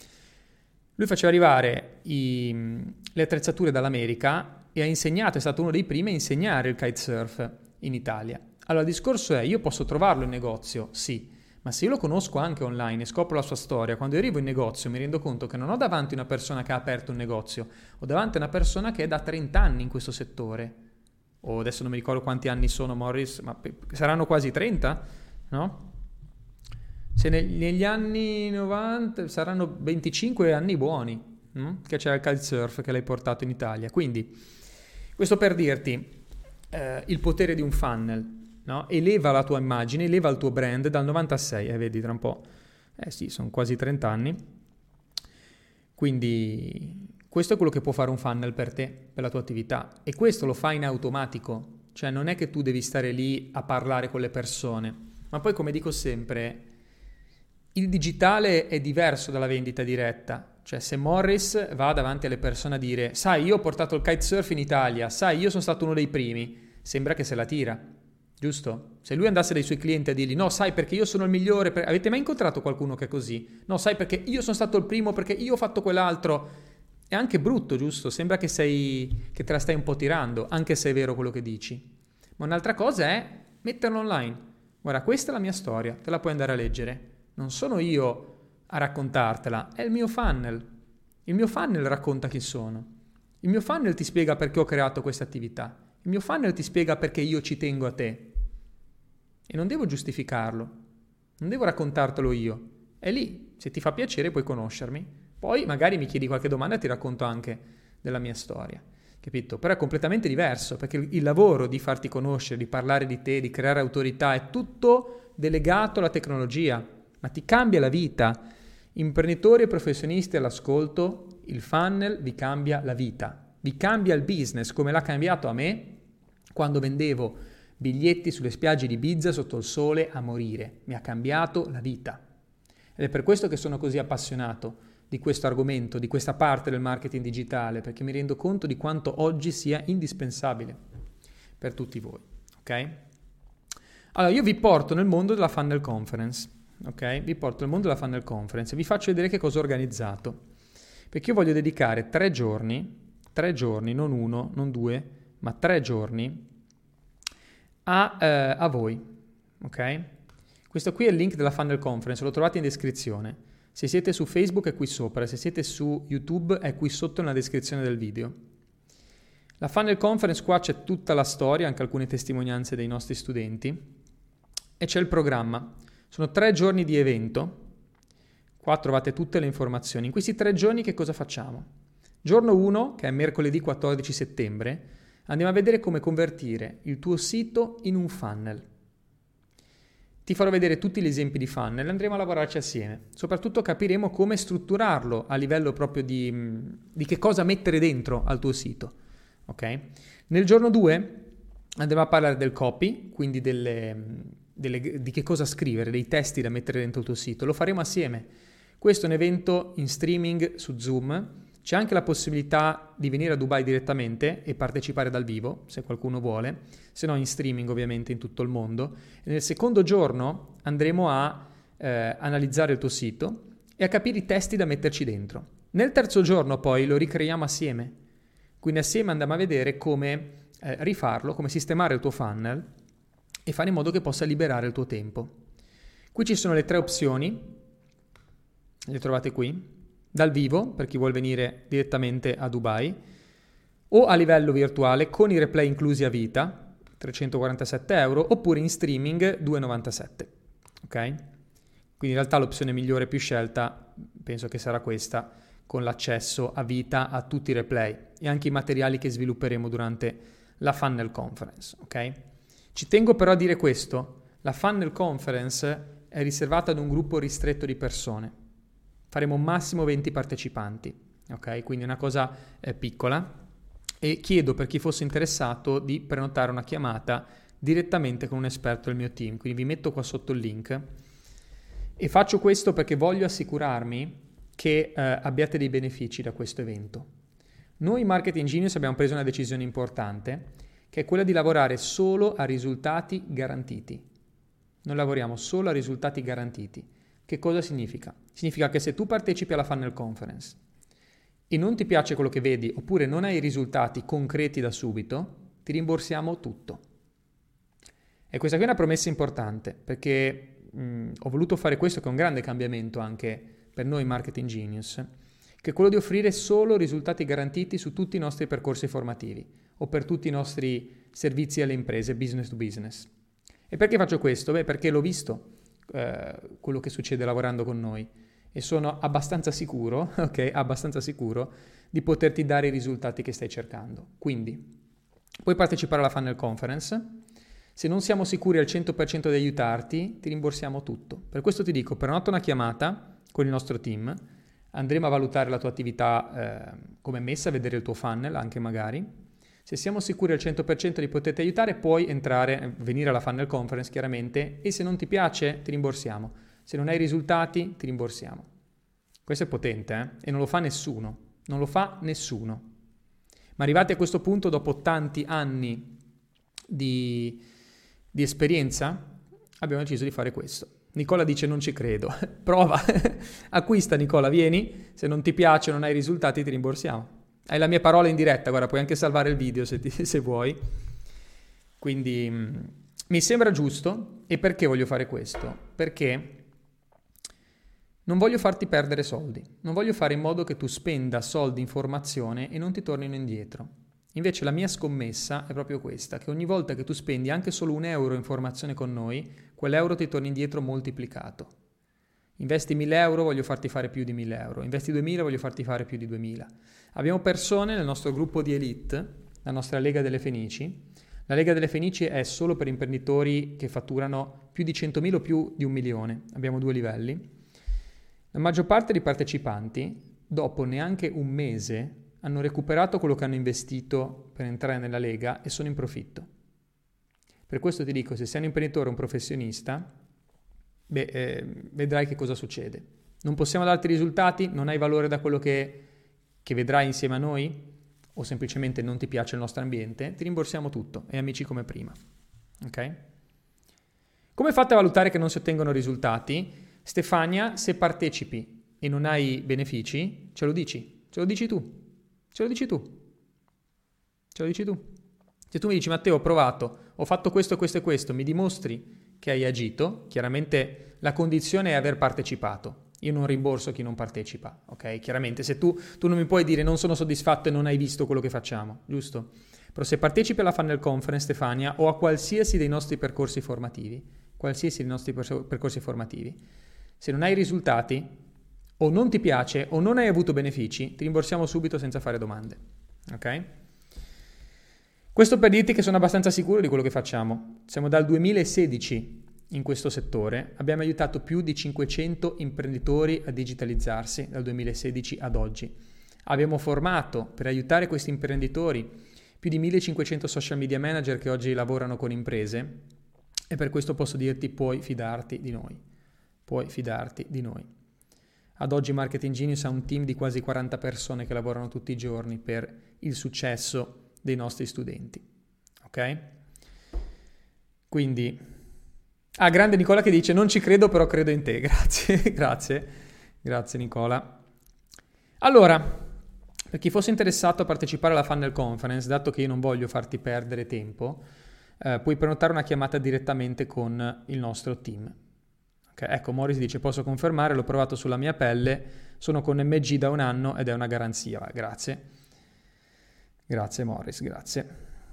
Lui faceva arrivare i, le attrezzature dall'America e ha insegnato, è stato uno dei primi a insegnare il kitesurf in Italia. Allora il discorso è: io posso trovarlo in negozio, sì, ma se io lo conosco anche online e scopro la sua storia, quando arrivo in negozio mi rendo conto che non ho davanti una persona che ha aperto un negozio, ho davanti una persona che è da trenta anni in questo settore. O adesso non mi ricordo quanti anni sono, Morris, ma saranno quasi trenta, no? Se negli anni novanta saranno venticinque anni buoni, no? Che c'è il kitesurf che l'hai portato in Italia. Quindi, questo per dirti eh, il potere di un funnel. no? Eleva la tua immagine, eleva il tuo brand dal novantasei, eh, vedi tra un po', eh sì, sono quasi trenta anni, quindi questo è quello che può fare un funnel per te, per la tua attività, e questo lo fai in automatico, cioè non è che tu devi stare lì a parlare con le persone, ma poi come dico sempre, il digitale è diverso dalla vendita diretta. Cioè se Morris va davanti alle persone a dire sai io ho portato il kitesurf in Italia, sai io sono stato uno dei primi, sembra che se la tira, giusto? Se lui andasse dai suoi clienti a dirgli no sai perché io sono il migliore, per... avete mai incontrato qualcuno che è così? No sai perché io sono stato il primo, perché io ho fatto quell'altro, è anche brutto, giusto? Sembra che sei che te la stai un po' tirando, anche se è vero quello che dici. Ma un'altra cosa è metterlo online. Guarda, questa è la mia storia, te la puoi andare a leggere. Non sono io a raccontartela, è il mio funnel. Il mio funnel racconta chi sono. Il mio funnel ti spiega perché ho creato questa attività. Il mio funnel ti spiega perché io ci tengo a te. E non devo giustificarlo. Non devo raccontartelo io. È lì. Se ti fa piacere puoi conoscermi. Poi magari mi chiedi qualche domanda e ti racconto anche della mia storia. Capito? Però è completamente diverso, perché il lavoro di farti conoscere, di parlare di te, di creare autorità, è tutto delegato alla tecnologia. Ma ti cambia la vita. Imprenditori e professionisti all'ascolto, il funnel vi cambia la vita, vi cambia il business come l'ha cambiato a me quando vendevo biglietti sulle spiagge di Ibiza sotto il sole a morire. Mi ha cambiato la vita. Ed è per questo che sono così appassionato di questo argomento, di questa parte del marketing digitale, perché mi rendo conto di quanto oggi sia indispensabile per tutti voi. Ok? Allora, io vi porto nel mondo della Funnel Conference. Ok, vi porto nel mondo della Funnel Conference e vi faccio vedere che cosa ho organizzato, perché io voglio dedicare tre giorni, tre giorni, non uno, non due, ma tre giorni a, eh, a voi, ok? Questo qui è il link della Funnel Conference, lo trovate in descrizione. Se siete su Facebook è qui sopra, se siete su YouTube è qui sotto nella descrizione del video. La Funnel Conference, qua c'è tutta la storia, anche alcune testimonianze dei nostri studenti, e c'è il programma. Sono tre giorni di evento, qua trovate tutte le informazioni. In questi tre giorni che cosa facciamo? Giorno uno, che è mercoledì quattordici settembre, andiamo a vedere come convertire il tuo sito in un funnel. Ti farò vedere tutti gli esempi di funnel, andremo a lavorarci assieme. Soprattutto capiremo come strutturarlo a livello proprio di, di che cosa mettere dentro al tuo sito. Ok? Nel giorno due andremo a parlare del copy, quindi delle... Delle, di che cosa scrivere, dei testi da mettere dentro il tuo sito. Lo faremo assieme. Questo è un evento in streaming su Zoom. C'è anche la possibilità di venire a Dubai direttamente e partecipare dal vivo, se qualcuno vuole, se no in streaming ovviamente in tutto il mondo. E nel secondo giorno andremo a eh, analizzare il tuo sito e a capire i testi da metterci dentro. Nel terzo giorno poi lo ricreiamo assieme. Quindi assieme andiamo a vedere come eh, rifarlo, come sistemare il tuo funnel e fare in modo che possa liberare il tuo tempo. Qui ci sono le tre opzioni, le trovate qui, dal vivo per chi vuol venire direttamente a Dubai, o a livello virtuale con i replay inclusi a vita, trecentoquarantasette euro, oppure in streaming duecentonovantasette. Ok? Quindi in realtà l'opzione migliore più scelta penso che sarà questa, con l'accesso a vita a tutti i replay e anche i materiali che svilupperemo durante la Funnel Conference. Ok? Ci tengo però a dire questo, la Funnel Conference è riservata ad un gruppo ristretto di persone. Faremo massimo venti partecipanti, ok? Quindi una cosa eh, piccola, e chiedo per chi fosse interessato di prenotare una chiamata direttamente con un esperto del mio team, quindi vi metto qua sotto il link e faccio questo perché voglio assicurarmi che eh, abbiate dei benefici da questo evento. Noi Marketing Genius abbiamo preso una decisione importante, che è quella di lavorare solo a risultati garantiti. Noi lavoriamo solo a risultati garantiti. Che cosa significa? Significa che se tu partecipi alla Funnel Conference e non ti piace quello che vedi, oppure non hai risultati concreti da subito, ti rimborsiamo tutto. E questa qui è una promessa importante, perché mh, ho voluto fare questo, che è un grande cambiamento anche per noi Marketing Genius, che è quello di offrire solo risultati garantiti su tutti i nostri percorsi formativi o per tutti i nostri servizi alle imprese, business to business. E perché faccio questo? Beh, perché l'ho visto eh, quello che succede lavorando con noi e sono abbastanza sicuro, ok, abbastanza sicuro di poterti dare i risultati che stai cercando. Quindi puoi partecipare alla Funnel Conference. Se non siamo sicuri al cento per cento di aiutarti, ti rimborsiamo tutto. Per questo ti dico, prenota una chiamata con il nostro team, andremo a valutare la tua attività eh, come è messa, vedere il tuo funnel anche magari. Se siamo sicuri al cento per cento di poterti aiutare, puoi entrare, venire alla Funnel Conference chiaramente, e se non ti piace ti rimborsiamo. Se non hai risultati ti rimborsiamo. Questo è potente, eh? E non lo fa nessuno. Non lo fa nessuno. Ma arrivati a questo punto, dopo tanti anni di, di esperienza, abbiamo deciso di fare questo. Nicola dice non ci credo. Prova, acquista Nicola, vieni. Se non ti piace, non hai risultati, ti rimborsiamo. Hai la mia parola in diretta, guarda, puoi anche salvare il video se, ti, se vuoi. Quindi mh, mi sembra giusto. E perché voglio fare questo? Perché non voglio farti perdere soldi. Non voglio fare in modo che tu spenda soldi in formazione e non ti tornino indietro. Invece la mia scommessa è proprio questa, che ogni volta che tu spendi anche solo un euro in formazione con noi, quell'euro ti torna indietro moltiplicato. Investi mille euro, voglio farti fare più di mille euro. Investi duemila, voglio farti fare più di duemila. Abbiamo persone nel nostro gruppo di elite, la nostra Lega delle Fenici. La Lega delle Fenici è solo per imprenditori che fatturano più di centomila o più di un milione. Abbiamo due livelli. La maggior parte dei partecipanti, dopo neanche un mese, hanno recuperato quello che hanno investito per entrare nella Lega e sono in profitto. Per questo ti dico, se sei un imprenditore o un professionista, beh, eh, vedrai che cosa succede. Non possiamo darti risultati? Non hai valore da quello che, che vedrai insieme a noi? O semplicemente non ti piace il nostro ambiente? Ti rimborsiamo tutto e amici come prima. Ok? Come fate a valutare che non si ottengono risultati? Stefania, se partecipi e non hai benefici, ce lo dici. Ce lo dici tu. Ce lo dici tu. Ce lo dici tu. Se tu mi dici, Matteo, ho provato, ho fatto questo, questo e questo, mi dimostri che hai agito, chiaramente la condizione è aver partecipato. Io non rimborso chi non partecipa, ok? Chiaramente, se tu, tu non mi puoi dire non sono soddisfatto e non hai visto quello che facciamo, giusto? Però se partecipi alla Funnel Conference, Stefania, o a qualsiasi dei nostri percorsi formativi, qualsiasi dei nostri percorsi formativi, se non hai risultati, o non ti piace, o non hai avuto benefici, ti rimborsiamo subito senza fare domande, ok? Questo per dirti che sono abbastanza sicuro di quello che facciamo. Siamo dal duemilasedici in questo settore, abbiamo aiutato più di cinquecento imprenditori a digitalizzarsi dal duemilasedici ad oggi. Abbiamo formato per aiutare questi imprenditori più di millecinquecento social media manager che oggi lavorano con imprese, e per questo posso dirti puoi fidarti di noi. Puoi fidarti di noi. Ad oggi Marketing Genius ha un team di quasi quaranta persone che lavorano tutti i giorni per il successo dei nostri studenti, ok? Quindi, ah, grande Nicola che dice non ci credo però credo in te, grazie, grazie, grazie Nicola. Allora, per chi fosse interessato a partecipare alla Funnel Conference, dato che io non voglio farti perdere tempo, eh, puoi prenotare una chiamata direttamente con il nostro team. Okay, ecco, Morris dice posso confermare, l'ho provato sulla mia pelle, sono con M G da un anno ed è una garanzia, grazie. Grazie Morris, grazie.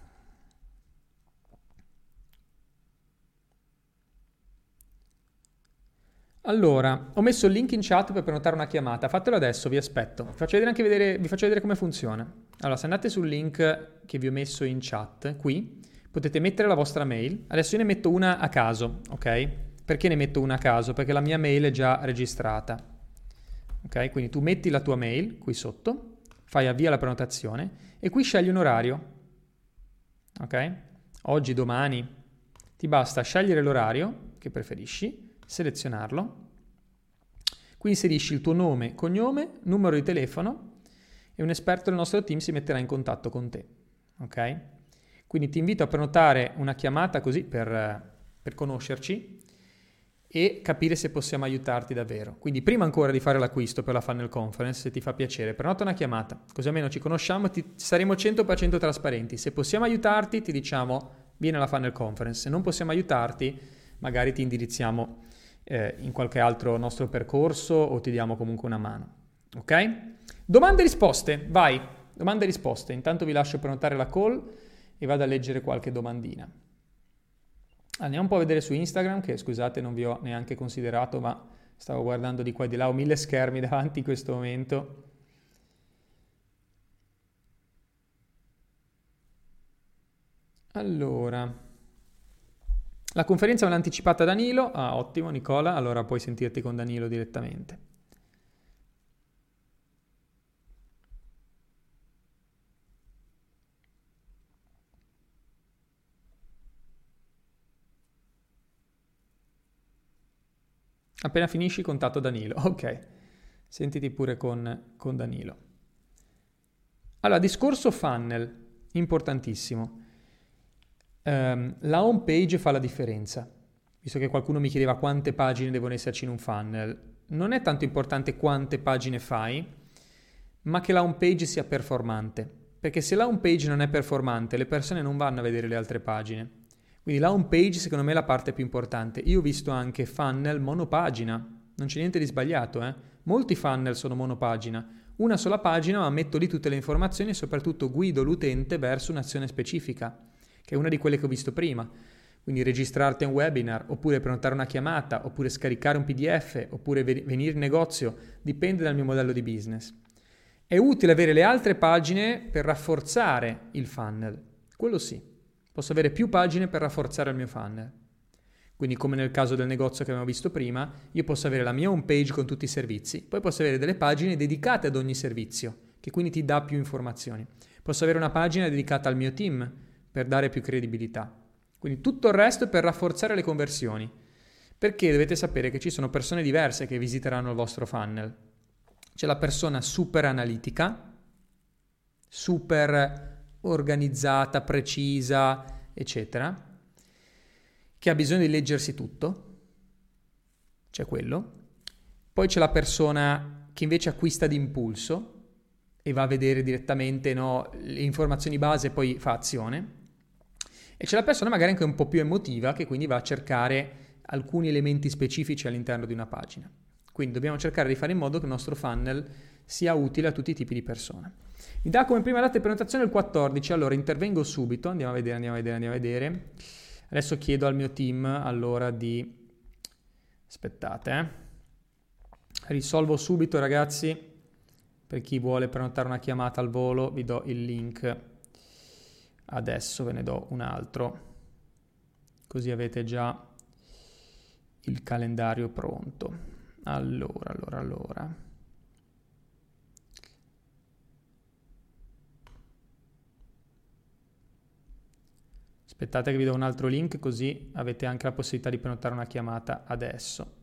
Allora, ho messo il link in chat per prenotare una chiamata, fatelo adesso, vi aspetto. Vi faccio vedere anche vedere, vi faccio vedere come funziona. Allora, se andate sul link che vi ho messo in chat, qui, potete mettere la vostra mail. Adesso io ne metto una a caso, ok? Perché ne metto una a caso? Perché la mia mail è già registrata. Ok? Quindi tu metti la tua mail qui sotto, fai avvia la prenotazione e qui scegli un orario. Ok? Oggi, domani, ti basta scegliere l'orario che preferisci, selezionarlo. Qui inserisci il tuo nome, cognome, numero di telefono e un esperto del nostro team si metterà in contatto con te. Ok? Quindi ti invito a prenotare una chiamata così per, per conoscerci e capire se possiamo aiutarti davvero. Quindi prima ancora di fare l'acquisto per la Funnel Conference, se ti fa piacere, prenota una chiamata, così almeno ci conosciamo e ti, saremo cento per cento trasparenti. Se possiamo aiutarti, ti diciamo vieni alla Funnel Conference. Se non possiamo aiutarti, magari ti indirizziamo eh, in qualche altro nostro percorso o ti diamo comunque una mano. Ok? Domande e risposte, vai! Domande e risposte. Intanto vi lascio prenotare la call e vado a leggere qualche domandina. Andiamo un po' a vedere su Instagram, che scusate non vi ho neanche considerato, ma stavo guardando di qua e di là, ho mille schermi davanti in questo momento. Allora, La conferenza me l'ha anticipata Danilo. Ah, ottimo Nicola, allora puoi sentirti con Danilo direttamente. Appena finisci contatto Danilo. Ok, sentiti pure con, con Danilo. Allora, discorso funnel, importantissimo. Um, la home page fa la differenza, visto che qualcuno mi chiedeva quante pagine devono esserci in un funnel. Non è tanto importante quante pagine fai, ma che la home page sia performante, perché se la home page non è performante le persone non vanno a vedere le altre pagine. Quindi la home page secondo me è la parte più importante. Io ho visto anche funnel monopagina, non c'è niente di sbagliato, eh? Molti funnel sono monopagina, una sola pagina ma metto lì tutte le informazioni e soprattutto guido l'utente verso un'azione specifica, che è una di quelle che ho visto prima. Quindi registrarti a un webinar, oppure prenotare una chiamata, oppure scaricare un P D F, oppure venire in negozio, dipende dal mio modello di business. È utile avere le altre pagine per rafforzare il funnel, quello sì. Posso avere più pagine per rafforzare il mio funnel. Quindi come nel caso del negozio che abbiamo visto prima, io posso avere la mia home page con tutti i servizi, poi posso avere delle pagine dedicate ad ogni servizio, che quindi ti dà più informazioni. Posso avere una pagina dedicata al mio team, per dare più credibilità. Quindi tutto il resto è per rafforzare le conversioni, perché dovete sapere che ci sono persone diverse che visiteranno il vostro funnel. C'è la persona super analitica, super organizzata, precisa, eccetera, che ha bisogno di leggersi tutto, c'è quello. Poi c'è la persona che invece acquista d'impulso e va a vedere direttamente, no, le informazioni base e poi fa azione. E c'è la persona magari anche un po' più emotiva che quindi va a cercare alcuni elementi specifici all'interno di una pagina. Quindi dobbiamo cercare di fare in modo che il nostro funnel sia utile a tutti i tipi di persone. Mi dà come prima data di prenotazione il quattordici, allora intervengo subito, andiamo a vedere, andiamo a vedere, andiamo a vedere. Adesso chiedo al mio team allora di... Aspettate, eh. Risolvo subito ragazzi, per chi vuole prenotare una chiamata al volo vi do il link. Adesso ve ne do un altro, così avete già il calendario pronto. Allora, allora, allora. Aspettate che vi do un altro link, così avete anche la possibilità di prenotare una chiamata adesso.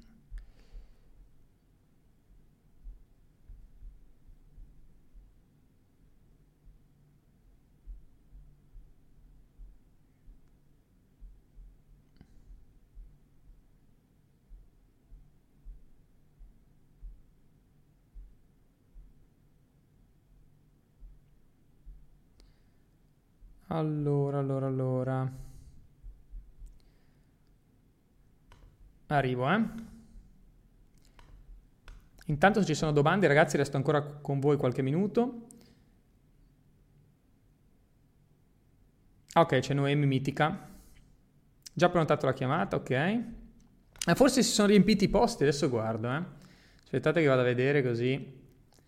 Allora, allora, allora. Arrivo, eh. Intanto se ci sono domande, ragazzi, resto ancora con voi qualche minuto. Ok, c'è Noemi Mitica. Già prenotato la chiamata, ok. Eh, forse si sono riempiti i posti, adesso guardo, eh. Aspettate che vado a vedere così.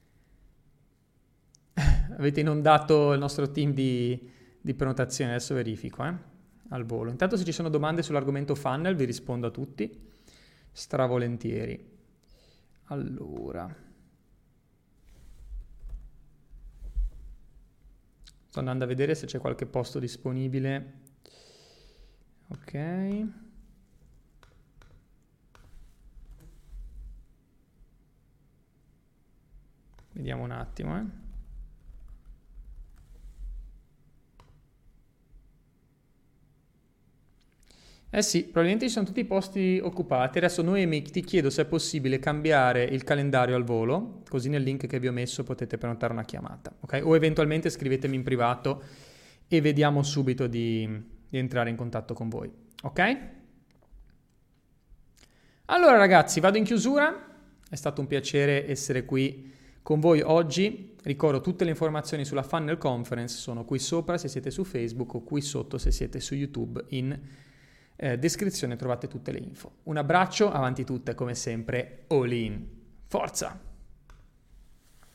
Avete inondato il nostro team di... di prenotazione, adesso verifico eh, al volo. Intanto se ci sono domande sull'argomento funnel vi rispondo a tutti, stravolentieri. Allora, sto andando a vedere se c'è qualche posto disponibile. Ok. Vediamo un attimo, eh. Eh sì, probabilmente ci sono tutti i posti occupati. Adesso Noemi ti chiedo se è possibile cambiare il calendario al volo, così nel link che vi ho messo potete prenotare una chiamata, ok? O eventualmente scrivetemi in privato e vediamo subito di, di entrare in contatto con voi, ok? Allora ragazzi, vado in chiusura, è stato un piacere essere qui con voi oggi. Ricordo, tutte le informazioni sulla Funnel Conference sono qui sopra se siete su Facebook o qui sotto se siete su YouTube. In eh, descrizione trovate tutte le info. Un abbraccio, avanti tutte come sempre, all in. Forza!